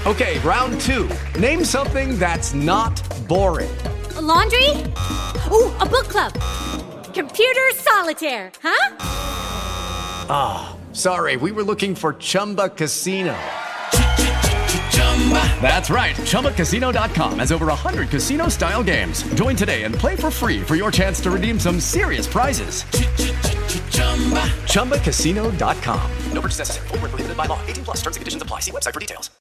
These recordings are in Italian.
Okay, round two. Name something that's not boring. A laundry? Ooh, a book club. Computer solitaire, huh? Ah, sorry, we were looking for Chumba Casino. That's right, ChumbaCasino.com has over 100 casino-style games. Join today and play for free for your chance to redeem some serious prizes. ChumbaCasino.com. No purchase necessary. Void where prohibited by law. 18 plus terms and conditions apply. See website for details.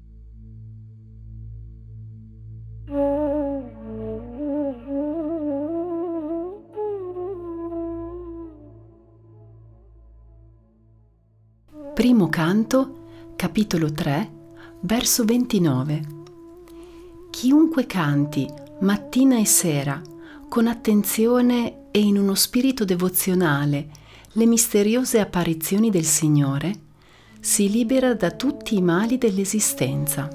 Primo canto, capitolo 3, verso 29. Chiunque canti mattina e sera, con attenzione e in uno spirito devozionale, le misteriose apparizioni del Signore, si libera da tutti i mali dell'esistenza.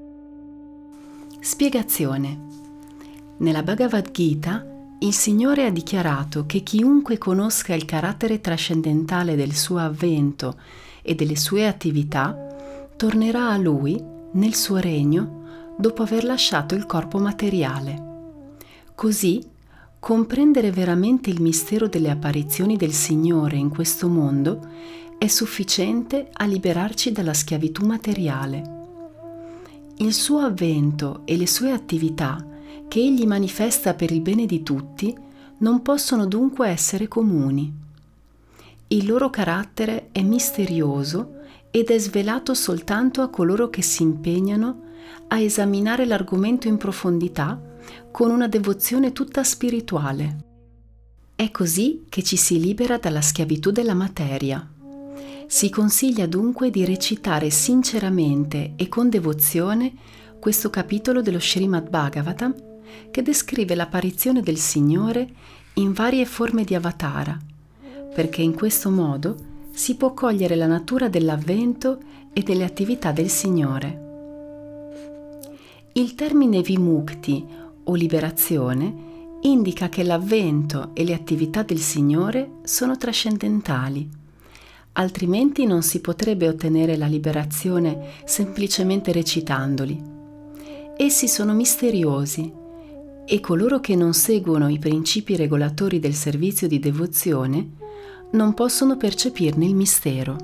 Spiegazione. Nella Bhagavad Gita, il Signore ha dichiarato che chiunque conosca il carattere trascendentale del suo avvento e delle sue attività, tornerà a Lui, nel suo regno, dopo aver lasciato il corpo materiale. Così, comprendere veramente il mistero delle apparizioni del Signore in questo mondo è sufficiente a liberarci dalla schiavitù materiale. Il suo avvento e le sue attività, che Egli manifesta per il bene di tutti, non possono dunque essere comuni. Il loro carattere è misterioso ed è svelato soltanto a coloro che si impegnano a esaminare l'argomento in profondità con una devozione tutta spirituale. È così che ci si libera dalla schiavitù della materia. Si consiglia dunque di recitare sinceramente e con devozione questo capitolo dello Srimad Bhagavatam che descrive l'apparizione del Signore in varie forme di avatara, perché in questo modo si può cogliere la natura dell'avvento e delle attività del Signore. Il termine vimukti o liberazione indica che l'avvento e le attività del Signore sono trascendentali, altrimenti non si potrebbe ottenere la liberazione semplicemente recitandoli. Essi sono misteriosi e coloro che non seguono i principi regolatori del servizio di devozione non possono percepirne il mistero.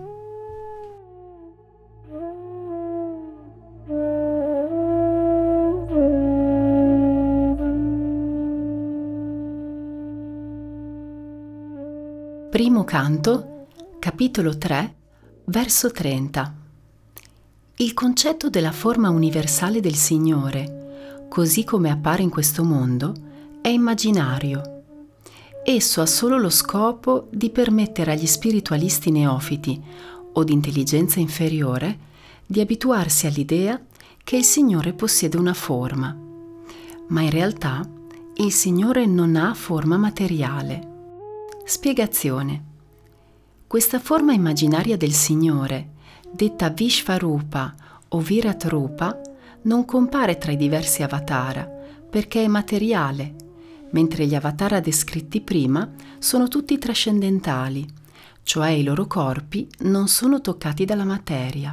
Primo canto, capitolo 3, verso 30. Il concetto della forma universale del Signore, così come appare in questo mondo, è immaginario. Esso ha solo lo scopo di permettere agli spiritualisti neofiti o di intelligenza inferiore di abituarsi all'idea che il Signore possiede una forma, ma in realtà il Signore non ha forma materiale. Spiegazione. Questa forma immaginaria del Signore, detta Vishvarupa o Virat Rupa, non compare tra i diversi avatara perché è materiale, mentre gli avatara descritti prima sono tutti trascendentali, cioè i loro corpi non sono toccati dalla materia.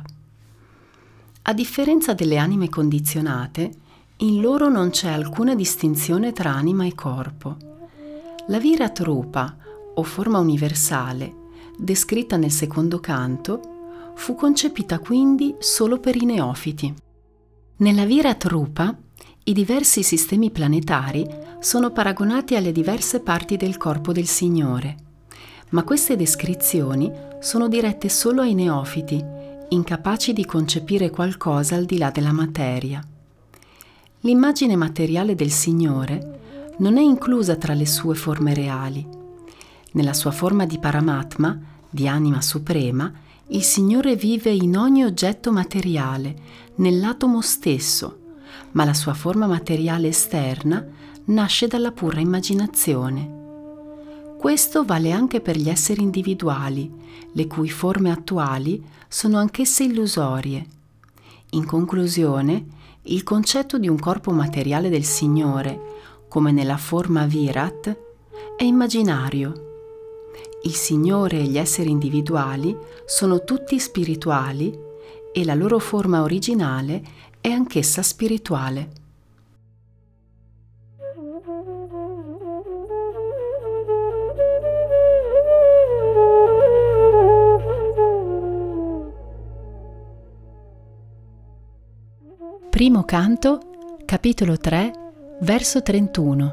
A differenza delle anime condizionate, in loro non c'è alcuna distinzione tra anima e corpo. La Virat Rupa, o forma universale, descritta nel secondo canto, fu concepita quindi solo per i neofiti. Nella Virat Rupa, i diversi sistemi planetari sono paragonati alle diverse parti del corpo del Signore, ma queste descrizioni sono dirette solo ai neofiti, incapaci di concepire qualcosa al di là della materia. L'immagine materiale del Signore non è inclusa tra le sue forme reali. Nella sua forma di Paramatma, di anima suprema, il Signore vive in ogni oggetto materiale, nell'atomo stesso, ma la sua forma materiale esterna nasce dalla pura immaginazione. Questo vale anche per gli esseri individuali, le cui forme attuali sono anch'esse illusorie. In conclusione, il concetto di un corpo materiale del Signore, come nella forma Virat, è immaginario. Il Signore e gli esseri individuali sono tutti spirituali e la loro forma originale è anch'essa spirituale. Primo canto, capitolo 3, verso 31.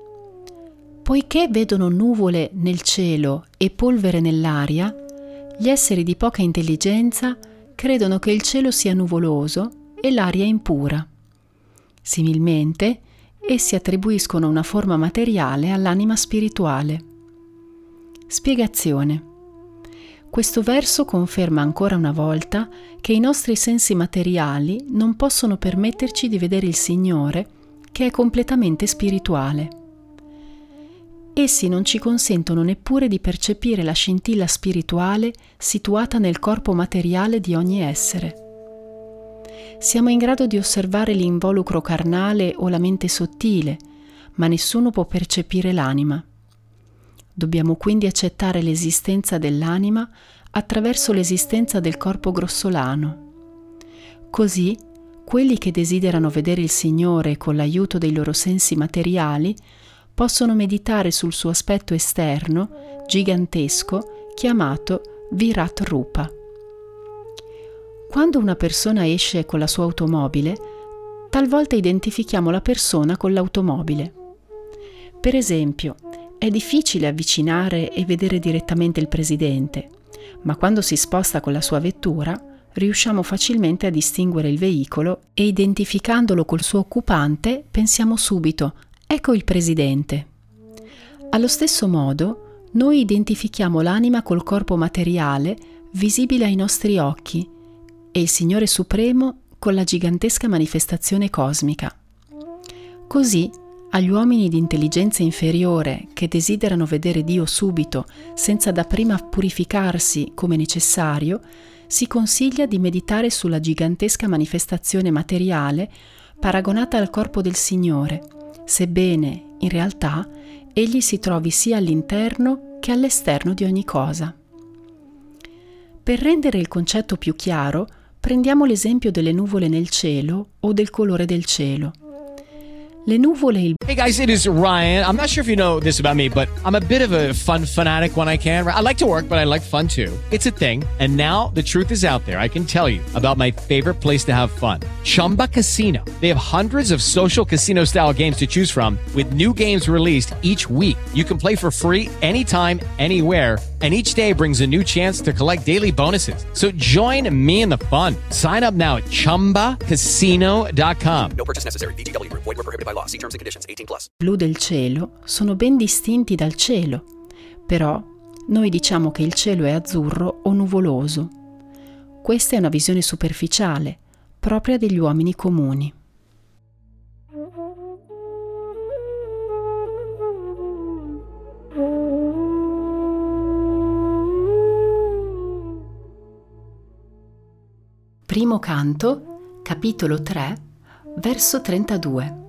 Poiché vedono nuvole nel cielo e polvere nell'aria, gli esseri di poca intelligenza credono che il cielo sia nuvoloso e l'aria impura. Similmente, essi attribuiscono una forma materiale all'anima spirituale. Spiegazione. Questo verso conferma ancora una volta che i nostri sensi materiali non possono permetterci di vedere il Signore, che è completamente spirituale. Essi non ci consentono neppure di percepire la scintilla spirituale situata nel corpo materiale di ogni essere. Siamo in grado di osservare l'involucro carnale o la mente sottile, ma nessuno può percepire l'anima. Dobbiamo quindi accettare l'esistenza dell'anima attraverso l'esistenza del corpo grossolano. Così, quelli che desiderano vedere il Signore con l'aiuto dei loro sensi materiali possono meditare sul suo aspetto esterno, gigantesco, chiamato Virat Rupa. Quando una persona esce con la sua automobile, talvolta identifichiamo la persona con l'automobile. Per esempio, è difficile avvicinare e vedere direttamente il presidente, ma quando si sposta con la sua vettura, riusciamo facilmente a distinguere il veicolo e identificandolo col suo occupante pensiamo subito: ecco il presidente. Allo stesso modo, noi identifichiamo l'anima col corpo materiale visibile ai nostri occhi e il Signore Supremo con la gigantesca manifestazione cosmica. Così, agli uomini di intelligenza inferiore che desiderano vedere Dio subito senza dapprima purificarsi come necessario, si consiglia di meditare sulla gigantesca manifestazione materiale paragonata al corpo del Signore, sebbene, in realtà, egli si trovi sia all'interno che all'esterno di ogni cosa. Per rendere il concetto più chiaro, prendiamo l'esempio delle nuvole nel cielo o del colore del cielo. Le nuvole e il... Hey guys, it is Ryan. I'm not sure if you know this about me, but I'm a bit of a fun fanatic when I can. I like to work, but I like fun too. It's a thing. And now the truth is out there. I can tell you about my favorite place to have fun. Chumba Casino. They have hundreds of social casino style games to choose from with new games released each week. You can play for free anytime, anywhere. And each day brings a new chance to collect daily bonuses. So join me in the fun. Sign up now at ChumbaCasino.com. No purchase necessary. VGW Group. Void where prohibited by law. See terms and conditions. 18+. blu del cielo sono ben distinti dal cielo, però noi diciamo che il cielo è azzurro o nuvoloso. Questa è una visione superficiale, propria degli uomini comuni. Primo canto, capitolo 3, verso 32.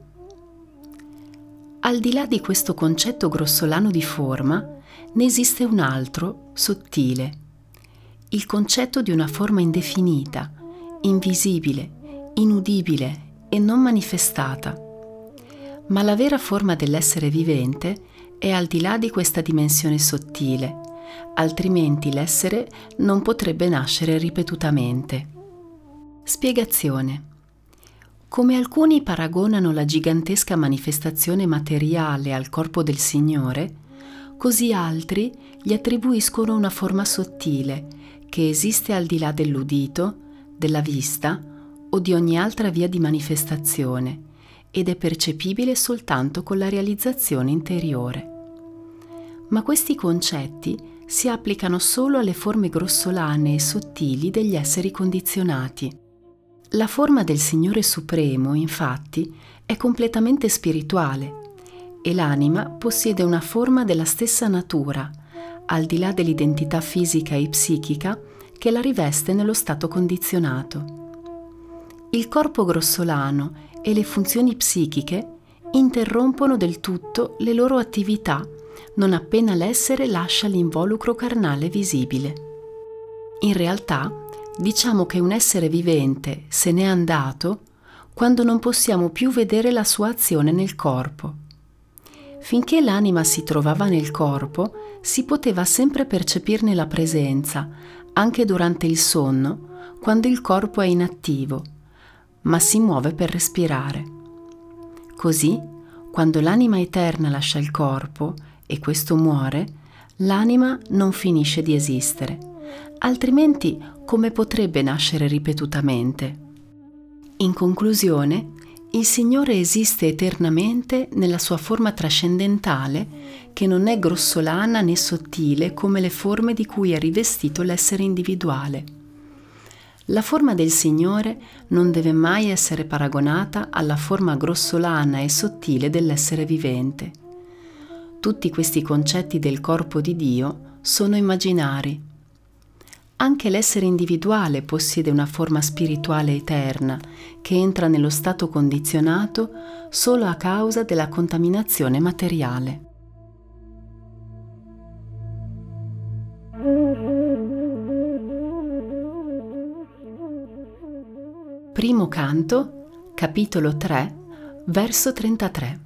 Al di là di questo concetto grossolano di forma, ne esiste un altro, sottile, il concetto di una forma indefinita, invisibile, inudibile e non manifestata. Ma la vera forma dell'essere vivente è al di là di questa dimensione sottile, altrimenti l'essere non potrebbe nascere ripetutamente. Spiegazione. Come alcuni paragonano la gigantesca manifestazione materiale al corpo del Signore, così altri gli attribuiscono una forma sottile che esiste al di là dell'udito, della vista o di ogni altra via di manifestazione ed è percepibile soltanto con la realizzazione interiore. Ma questi concetti si applicano solo alle forme grossolane e sottili degli esseri condizionati. La forma del Signore Supremo, infatti, è completamente spirituale e l'anima possiede una forma della stessa natura, al di là dell'identità fisica e psichica che la riveste nello stato condizionato. Il corpo grossolano e le funzioni psichiche interrompono del tutto le loro attività non appena l'essere lascia l'involucro carnale visibile. In realtà, Diciamo che un essere vivente se n'è andato quando non possiamo più vedere la sua azione nel corpo. Finché l'anima si trovava nel corpo, si poteva sempre percepirne la presenza, anche durante il sonno, quando il corpo è inattivo, ma si muove per respirare. Così, quando l'anima eterna lascia il corpo e questo muore, l'anima non finisce di esistere, altrimenti come potrebbe nascere ripetutamente? In conclusione, il Signore esiste eternamente nella sua forma trascendentale, che non è grossolana né sottile come le forme di cui è rivestito l'essere individuale. La forma del Signore non deve mai essere paragonata alla forma grossolana e sottile dell'essere vivente. Tutti questi concetti del corpo di Dio sono immaginari. Anche l'essere individuale possiede una forma spirituale eterna che entra nello stato condizionato solo a causa della contaminazione materiale. Primo canto, capitolo 3, verso 33.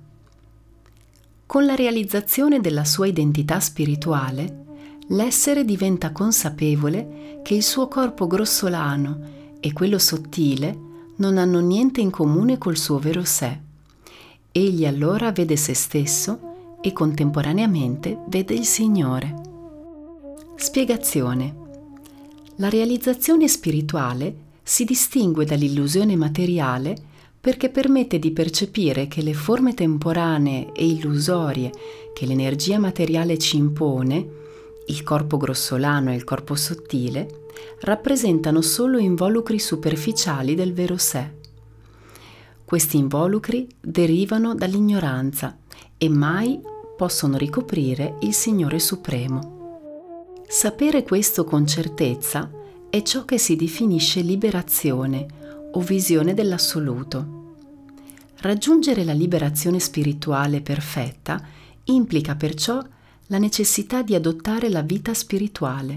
Con la realizzazione della sua identità spirituale, l'essere diventa consapevole che il suo corpo grossolano e quello sottile non hanno niente in comune col suo vero sé. Egli allora vede se stesso e contemporaneamente vede il Signore. Spiegazione. La realizzazione spirituale si distingue dall'illusione materiale perché permette di percepire che le forme temporanee e illusorie che l'energia materiale ci impone, il corpo grossolano e il corpo sottile, rappresentano solo involucri superficiali del vero sé. Questi involucri derivano dall'ignoranza e mai possono ricoprire il Signore Supremo. Sapere questo con certezza è ciò che si definisce liberazione o visione dell'assoluto. Raggiungere la liberazione spirituale perfetta implica perciò la necessità di adottare la vita spirituale.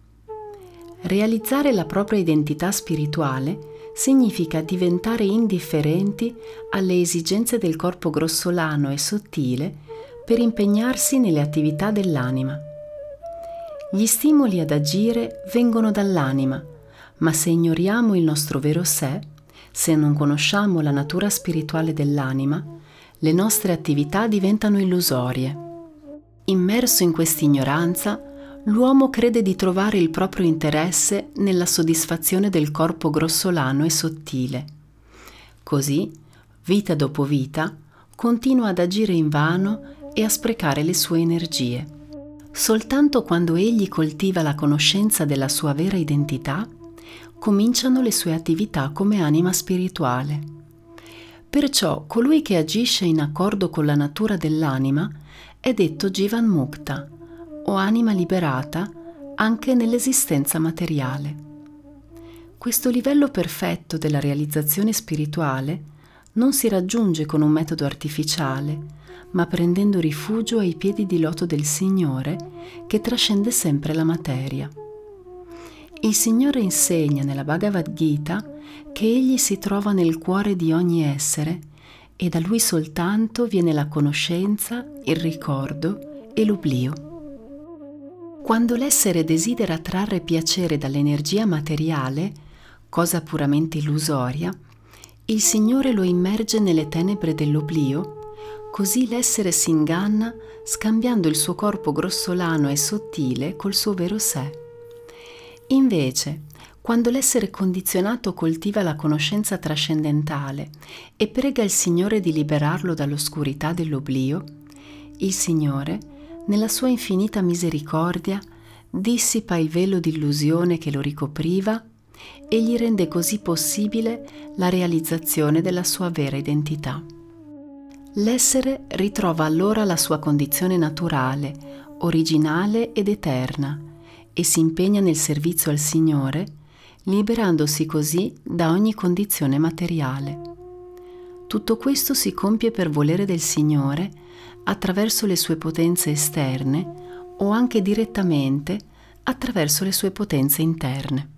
Realizzare la propria identità spirituale significa diventare indifferenti alle esigenze del corpo grossolano e sottile per impegnarsi nelle attività dell'anima. Gli stimoli ad agire vengono dall'anima, ma se ignoriamo il nostro vero sé, se non conosciamo la natura spirituale dell'anima, le nostre attività diventano illusorie. Immerso in quest'ignoranza, l'uomo crede di trovare il proprio interesse nella soddisfazione del corpo grossolano e sottile. Così, vita dopo vita, continua ad agire invano e a sprecare le sue energie. Soltanto quando egli coltiva la conoscenza della sua vera identità, cominciano le sue attività come anima spirituale. Perciò colui che agisce in accordo con la natura dell'anima è detto Jivan Mukta, o anima liberata, anche nell'esistenza materiale. Questo livello perfetto della realizzazione spirituale non si raggiunge con un metodo artificiale, ma prendendo rifugio ai piedi di loto del Signore, che trascende sempre la materia. Il Signore insegna nella Bhagavad Gita che Egli si trova nel cuore di ogni essere e da Lui soltanto viene la conoscenza, il ricordo e l'oblio. Quando l'essere desidera trarre piacere dall'energia materiale, cosa puramente illusoria, il Signore lo immerge nelle tenebre dell'oblio, così l'essere si inganna scambiando il suo corpo grossolano e sottile col suo vero sé. Invece, quando l'essere condizionato coltiva la conoscenza trascendentale e prega il Signore di liberarlo dall'oscurità dell'oblio, il Signore, nella sua infinita misericordia, dissipa il velo di illusione che lo ricopriva e gli rende così possibile la realizzazione della sua vera identità. L'essere ritrova allora la sua condizione naturale, originale ed eterna e si impegna nel servizio al Signore, liberandosi così da ogni condizione materiale. Tutto questo si compie per volere del Signore attraverso le sue potenze esterne o anche direttamente attraverso le sue potenze interne.